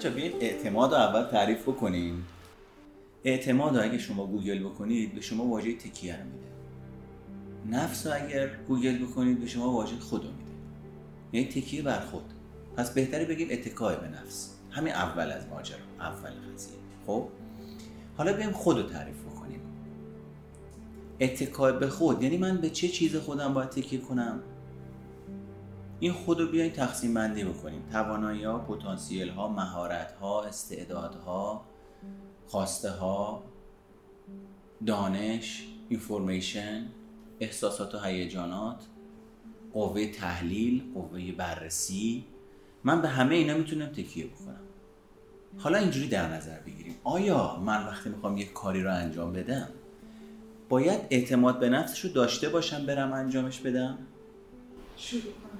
بچه بیاین اعتماد رو اول تعریف بکنیم. اعتماد رو اگه شما گوگل بکنید به شما واژه تکیه رو میده. نفس رو اگر گوگل بکنید به شما واژه خود رو میده، یعنی تکیه بر خود. پس بهتره بگیم اتکای به نفس. همین اول از ماجرا، اول قضیه. خب حالا بیایم خود رو تعریف بکنیم. اتکای به خود یعنی من به چه چیز خودم باید تکیه کنم؟ این خود رو بیاین تقسیم بندی بکنیم. توانایی‌ها، پتانسیل‌ها، مهارت‌ها، استعدادها، خواسته‌ها، دانش، اینفورمیشن، احساسات و هیجانات، قوه تحلیل، قوه بررسی. من به همه اینا میتونم تکیه بکنم. حالا اینجوری در نظر بگیریم آیا من وقتی میخوام یک کاری رو انجام بدم باید اعتماد به نفسش رو داشته باشم برم انجامش بدم؟ شروع کنم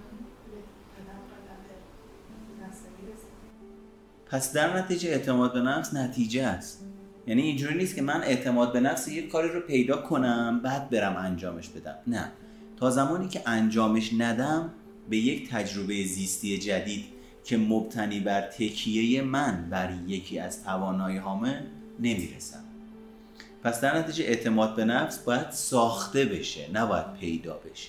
پس در نتیجه اعتماد به نفس نتیجه است. یعنی اینجوری نیست که من اعتماد به نفس یک کاری رو پیدا کنم بعد برم انجامش بدم. نه، تا زمانی که انجامش ندم به یک تجربه زیستی جدید که مبتنی بر تکیه من بر یکی از توانایی‌هامه نمیرسم. پس در نتیجه اعتماد به نفس باید ساخته بشه، نباید پیدا بشه.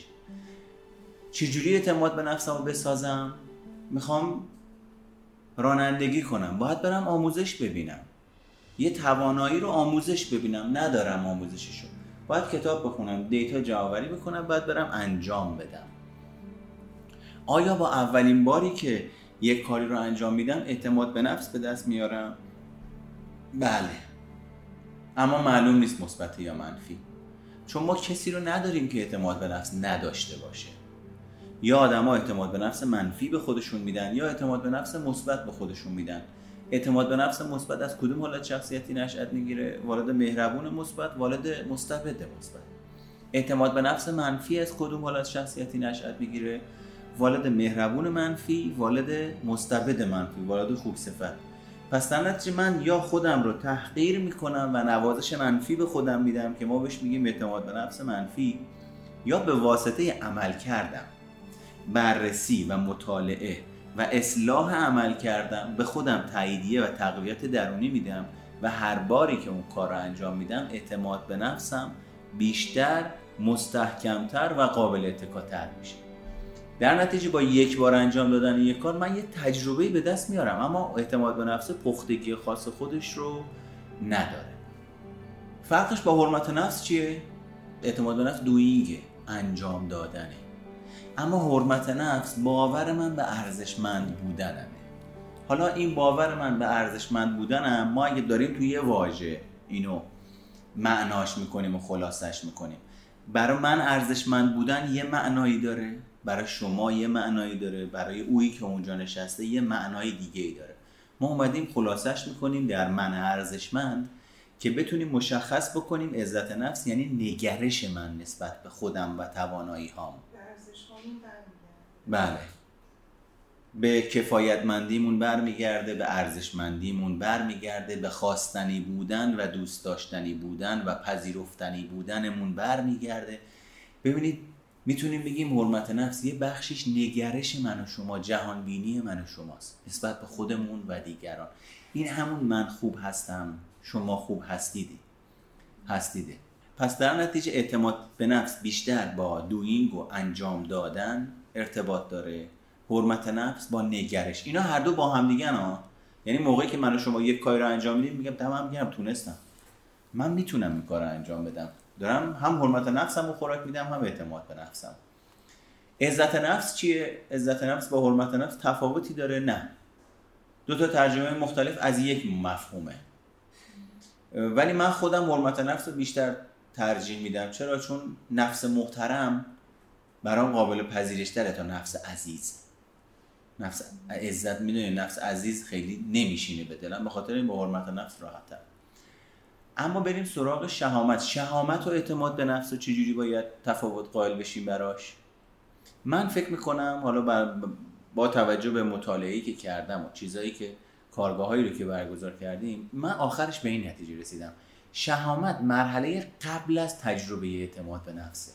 چجوری اعتماد به نفسمو بسازم؟ میخوام رانندگی کنم، باید برم آموزش ببینم. یه توانایی رو آموزش ببینم، ندارم آموزششو، باید کتاب بخونم، دیتا جمع‌آوری بکنم، باید برم انجام بدم. آیا با اولین باری که یک کاری رو انجام میدم اعتماد به نفس به دست میارم؟ بله، اما معلوم نیست مثبت یا منفی، چون ما کسی رو نداریم که اعتماد به نفس نداشته باشه. یا آدم‌ها اعتماد به نفس منفی به خودشون میدن یا اعتماد به نفس مثبت به خودشون میدن. اعتماد به نفس مثبت از کدوم حالت شخصیتی نشأت میگیره؟ والد مهربون مثبت، والد مستبد مثبت. اعتماد به نفس منفی از کدوم حالت شخصیتی نشأت میگیره؟ والد مهربون منفی، والد مستبد منفی، والد خوب صفت. پس در نتیجه من یا خودم رو تحقیر میکنم و نوازش منفی به خودم میدم که ما بهش میگیم اعتماد به نفس منفی، یا به واسطه عمل کردم، بررسی و مطالعه و اصلاح عمل کردم به خودم تاییدیه و تقویت درونی میدم و هر باری که اون کار رو انجام میدم اعتماد به نفسم بیشتر، مستحکمتر و قابل اتکاتر میشه. در نتیجه با یک بار انجام دادن یک کار من یه تجربه‌ای به دست میارم، اما اعتماد به نفس پختگی خاص خودش رو نداره. فرقش با حرمت نفس چیه؟ اعتماد به نفس دوینگه، انجام دادنه، اما حرمت نفس باور من به ارزشمند بودنمه. حالا این باور من به ارزشمند بودنم، ما اگه داریم توی یه واژه اینو معناش میکنیم و خلاصش میکنیم، برای من ارزشمند بودن یه معنایی داره، برای شما یه معنایی داره، برای اویی که اونجا نشسته یه معنای دیگه ای داره. ما اومدیم خلاصش میکنیم در من ارزشمند که بتونیم مشخص بکنیم عزت نفس یعنی نگرش من نسبت به خودم و توانایی هام. بله، به کفایتمندیمون برمیگرده، به ارزشمندیمون برمیگرده، به خواستنی بودن و دوست داشتنی بودن و پذیرفتنی بودنمون برمیگرده. ببینید میتونیم بگیم حرمت نفس یه بخشش نگرش من و شما، جهان بینی من و شماست نسبت به خودمون و دیگران. این همون من خوب هستم، شما خوب هستیده. پس در نتیجه اعتماد به نفس بیشتر با دوینگ و انجام دادن ارتباط داره، حرمت نفس با نگرش. اینا هر دو با هم دیگه ها. یعنی موقعی که من و شما یک کاری رو انجام میدیم میگم تمام، میگم تونستم، من میتونم این کار رو انجام بدم، دارم هم حرمت نفسم رو خوراک میدم هم اعتماد به نفسم. عزت نفس چیه؟ عزت نفس با حرمت نفس تفاوتی داره؟ نه، دو تا ترجمه مختلف از یک مفهومه. ولی من خودم حرمت نفس رو بیشتر ترجیح میدم. چرا؟ چون نفس محترم برام قابل پذیرش تره تا نفس عزیز. نفس عزت میدونی نفس عزیز خیلی نمیشینه به دلم، به خاطر این با حرمت نفس راحت‌تر. اما بریم سراغ شهامت. شهامت و اعتماد به نفس رو چجوری باید تفاوت قائل بشیم براش؟ من فکر میکنم حالا با توجه به مطالعه‌ای که کردم و چیزایی که کارگاهایی رو که برگزار کردیم، من آخرش به این نتیجه رسیدم: شهامت مرحله قبل از تجربه اعتماد به نفسه.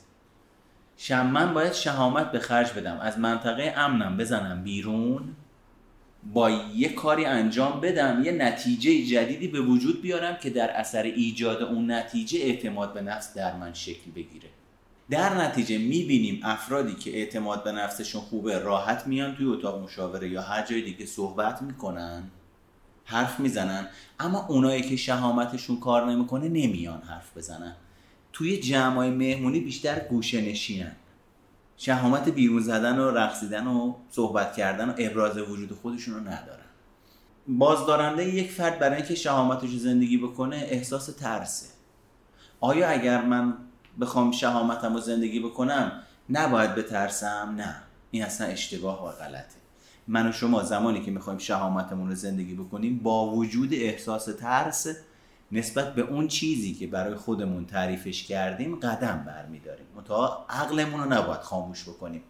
من باید شهامت به خرج بدم، از منطقه امنم بزنم بیرون با یه کاری انجام بدم یه نتیجه جدیدی به وجود بیارم که در اثر ایجاد اون نتیجه اعتماد به نفس در من شکل بگیره. در نتیجه میبینیم افرادی که اعتماد به نفسشون خوبه راحت میان توی اتاق مشاوره یا هر جای دیگه صحبت میکنن، حرف میزنن، اما اونایی که شهامتشون کار نمیکنه نمیان حرف بزنن. توی جمعای مهمونی بیشتر گوشه نشینن، شهامت بیرون زدن و رقصیدن و صحبت کردن و ابراز وجود خودشون رو ندارن. بازدارنده یک فرد برای اینکه شهامتش رو زندگی بکنه احساس ترسه. آیا اگر من بخوام شهامتم رو زندگی بکنم نباید بترسم؟ نه، این اصلا اشتباه و غلطه. من و شما زمانی که میخوایم شهامتمون رو زندگی بکنیم با وجود احساس ترس نسبت به اون چیزی که برای خودمون تعریفش کردیم قدم برمیداریم، منتها عقلمون رو نباید خاموش بکنیم.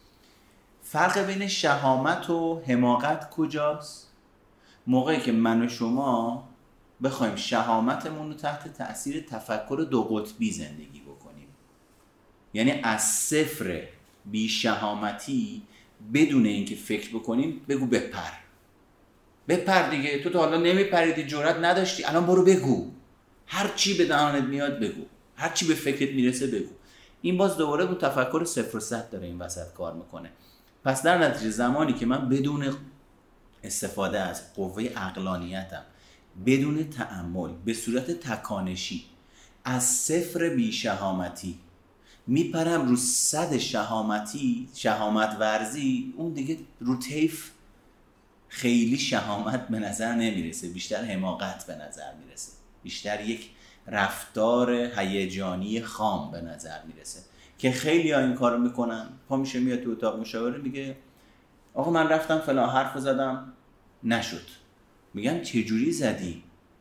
فرق بین شهامت و حماقت کجاست؟ موقعی که من و شما بخوایم شهامتمون رو تحت تأثیر تفکر دو قطبی زندگی بکنیم، یعنی از صفر بی شهامتی بدون اینکه فکر بکنیم بگو بپر دیگه، تو تا حالا نمیپریدی، جرئت نداشتی، الان برو بگو، هر چی به دهانت میاد بگو، هر چی به فکرت میرسه بگو. این باز دوباره با تفکر 0 و 100 داره این وسط کار میکنه. پس در نتیجه زمانی که من بدون استفاده از قوه عقلانیتم، بدون تأمل، به صورت تکانشی از صفر بی شهامتی میپرم رو 100 شهامتی، شهامت ورزی، اون دیگه رو طیف خیلی شهامت به نظر نمیرسه، بیشتر حماقت به نظر میرسه، بیشتر یک رفتار هیجانی خام به نظر میرسه که خیلی ها این کارو میکنن. پا میشه میاد تو اتاق مشاوره میگه آقا من رفتم فلان حرف زدم نشد. میگم چجوری زدی؟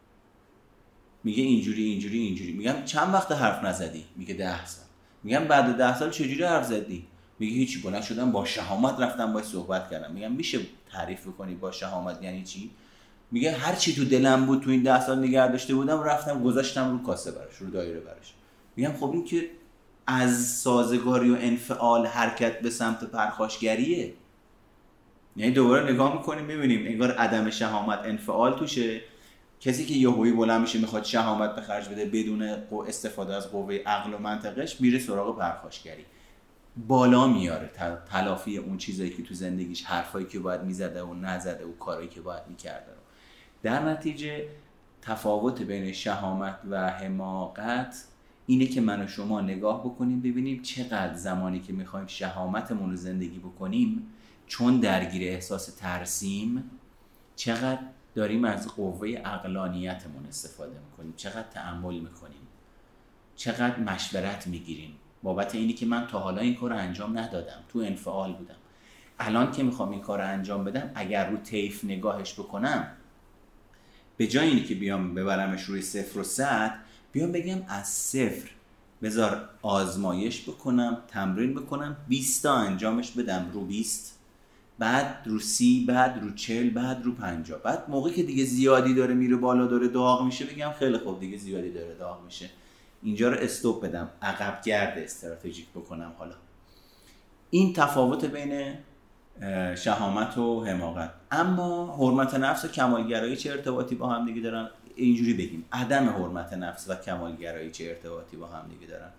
میگه اینجوری. میگم چند وقت حرف نزدی؟ میگه 10 سال. میگم بعد 10 سال چجوری حرف زدی؟ میگه هیچی، بلند شدم با شهامت رفتم باهاش صحبت کردم. میگم میشه تعریف بکنی با شهامت یعنی چی؟ میگه هر چی تو دلم بود تو این 10 سال نگه داشته بودم رفتم گذاشتم رو کاسه براش، رو دایره براش. میگم خب این که از سازگاری و انفعال حرکت به سمت پرخاشگریه. یعنی دوباره نگاه میکنیم میبینیم انگار عدم شهامت انفعال توشه. کسی که یهویی بلند میشه میخواد شهامت به خرج بده بدون استفاده از قوه عقل و منطقش، میره سراغ پرخاشگری، بالا میاره تلافی اون چیزایی که تو زندگیش، حرفایی که باید میزده و نزده و کارهایی که باید میکرده رو. در نتیجه تفاوت بین شهامت و حماقت اینه که من و شما نگاه بکنیم ببینیم چقدر زمانی که میخوایم شهامتمون رو زندگی بکنیم چون درگیر احساس ترسیم، چقدر داریم از قوه عقلانیتمون استفاده میکنیم، چقدر تأمل میکنیم، چقدر مشورت میگیریم بابت اینی که من تا حالا این کار رو انجام ندادم، تو انفعال بودم، الان که میخوام این کار رو انجام بدم اگر رو طیف نگاهش بکنم به جای اینی که بیام ببرمش روی 0 و 100 بیام بگم از 0 بذار آزمایش بکنم، تمرین بکنم، 20 تا انجامش بدم رو 20، بعد رو 30، بعد رو 40، بعد رو 50. بعد موقعی که دیگه زیادی داره میره بالا داره داغ میشه بگم خیلی خوب دیگه زیادی داره داغ میشه، اینجا رو استوب بدم، عقب گرد استراتژیک بکنم. حالا این تفاوت بین شهامت و حماقت. اما حرمت نفس و کمالگرایی چه ارتباطی با هم دیگه دارن؟ اینجوری بگیم عدم حرمت نفس و کمالگرایی چه ارتباطی با هم دیگه دارن؟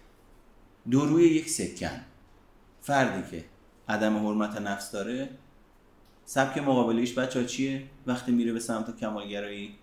دو روی یک سکن. فردی که عدم حرمت نفس داره سبک مقابلیش بچه‌ها چیه؟ وقتی میره به سمت کمالگرایی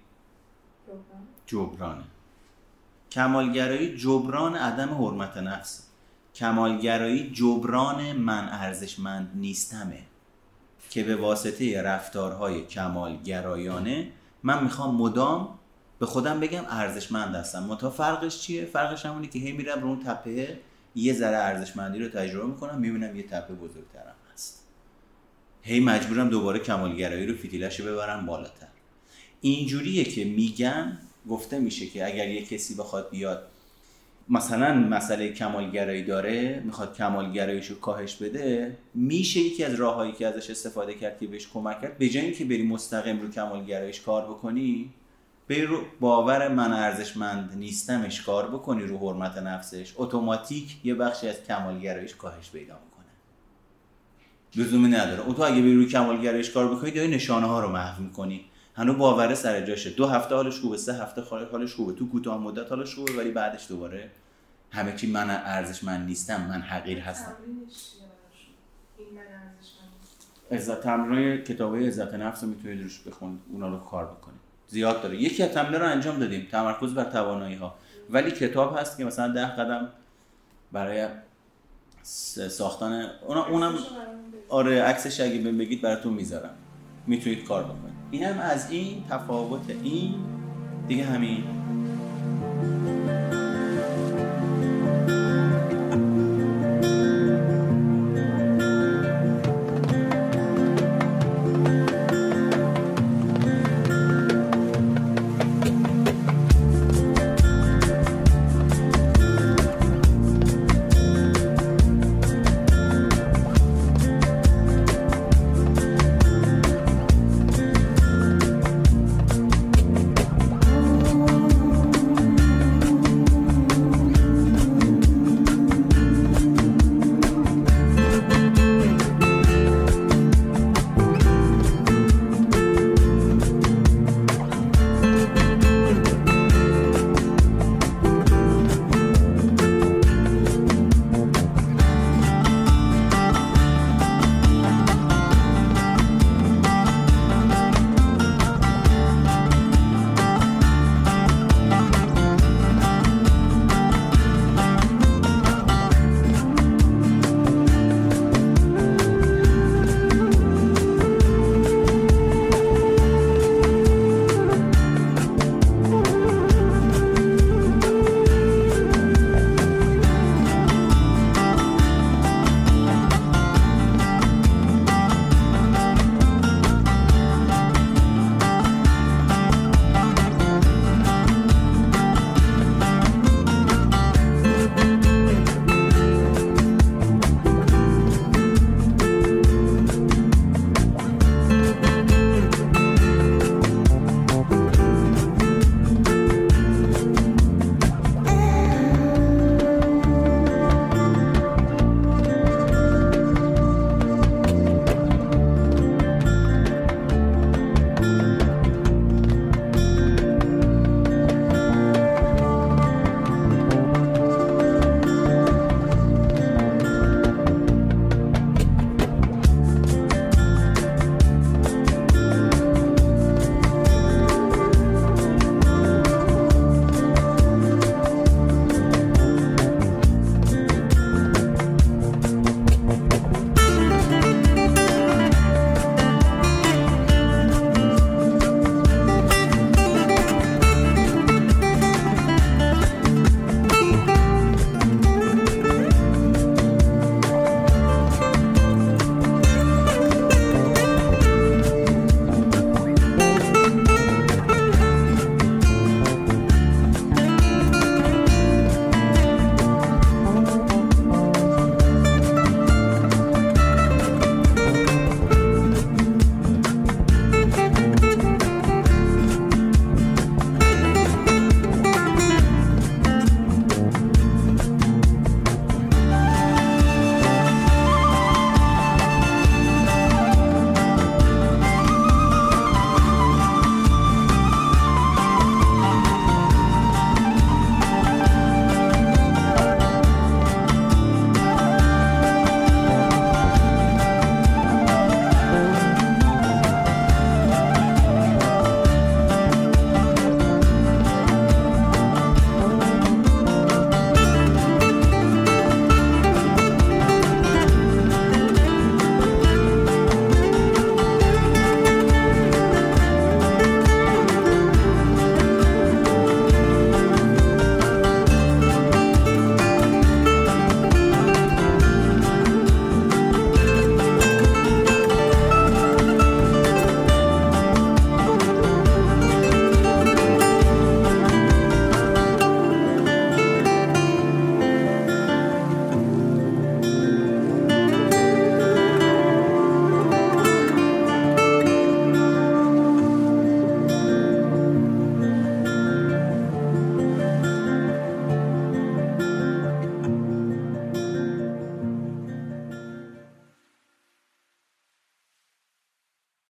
جبرانه. کمالگرایی جبران عدم حرمت نفس، کمالگرایی جبران من ارزشمند نیستمه که به واسطه رفتارهای کمالگرایانه من میخوام مدام به خودم بگم ارزشمند هستم. منتها فرقش چیه؟ فرقش همونی که هی میرم رو اون تپه یه ذره ارزشمندی رو تجربه میکنم میبینم یه تپه بزرگترم هست، هی مجبورم دوباره کمالگرایی رو فتیلش ببرم بالاتر. اینجوریه که میگن، گفته میشه که اگر یه کسی بخواد بیاد مثلا مسئله کمالگرایی داره میخواد کمالگراییشو کاهش بده، میشه یکی از راههایی که ازش استفاده کرد که بهش کمک کرد، به جای اینکه بری مستقیم رو کمالگراییش کار بکنی بری رو باور من ارزشمند نیستمش کار بکنی، رو حرمت نفسش، اتوماتیک یه بخشی از کمالگراییش کاهش پیدا میکنه. لزومی نداره. اون تو اگه بری روی کمالگرایش کار بکنی داری نشانه ها رو محو می‌کنی. هنوز باوره سر جاشه. 2 هفته حالش خوبه، 3 هفته حالش خوبه، تو کوتاه مدت حالش خوبه، ولی بعدش دوباره همه چی من ارزشمند نیستم، من حقیر هستم. عزت تمرین کتابای عزت نفس رو میتونید روش بخونید، اونا رو کار بکنید. زیاد داره. یکی از تمرین‌ها رو انجام دادیم، تمرکز بر توانایی‌ها. ولی کتاب هست که مثلا 10 قدم برای ساختن اونم آره عکسش اگه بهم بگید براتون میذارم، میتونید کار بکنید. اینم از این تفاوت این دیگه همین.